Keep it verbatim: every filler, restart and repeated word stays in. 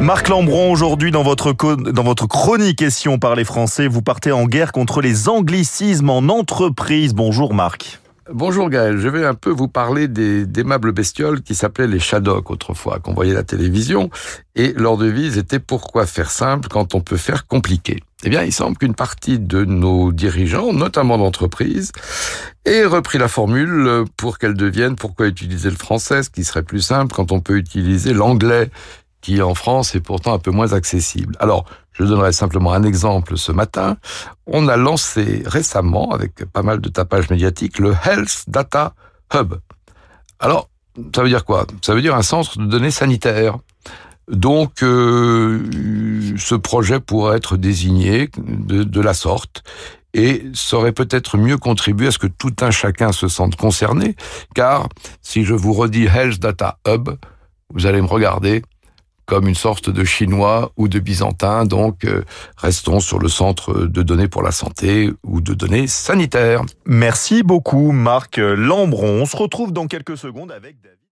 Marc Lambron, aujourd'hui dans votre, co- dans votre chronique Et si on parlait français, vous partez en guerre contre les anglicismes en entreprise. Bonjour Marc. Bonjour Gaël, je vais un peu vous parler des d'aimables bestioles qui s'appelaient les Shadocks autrefois, qu'on voyait à la télévision, et leur devise était « Pourquoi faire simple quand on peut faire compliqué ?» Eh bien, il semble qu'une partie de nos dirigeants, notamment d'entreprises, ait repris la formule pour qu'elle devienne « Pourquoi utiliser le français ?» ce qui serait plus simple quand on peut utiliser l'anglais, qui en France est pourtant un peu moins accessible. Alors, je donnerai simplement un exemple ce matin. On a lancé récemment, avec pas mal de tapage médiatique, le Health Data Hub. Alors, ça veut dire quoi ? Ça veut dire un centre de données sanitaires. Donc, euh, ce projet pourrait être désigné de, de la sorte et saurait peut-être mieux contribuer à ce que tout un chacun se sente concerné, car si je vous redis Health Data Hub, vous allez me regarder comme une sorte de chinois ou de byzantin, donc euh, restons sur le centre de données pour la santé ou de données sanitaires. Merci beaucoup Marc Lambron. On se retrouve dans quelques secondes avec David.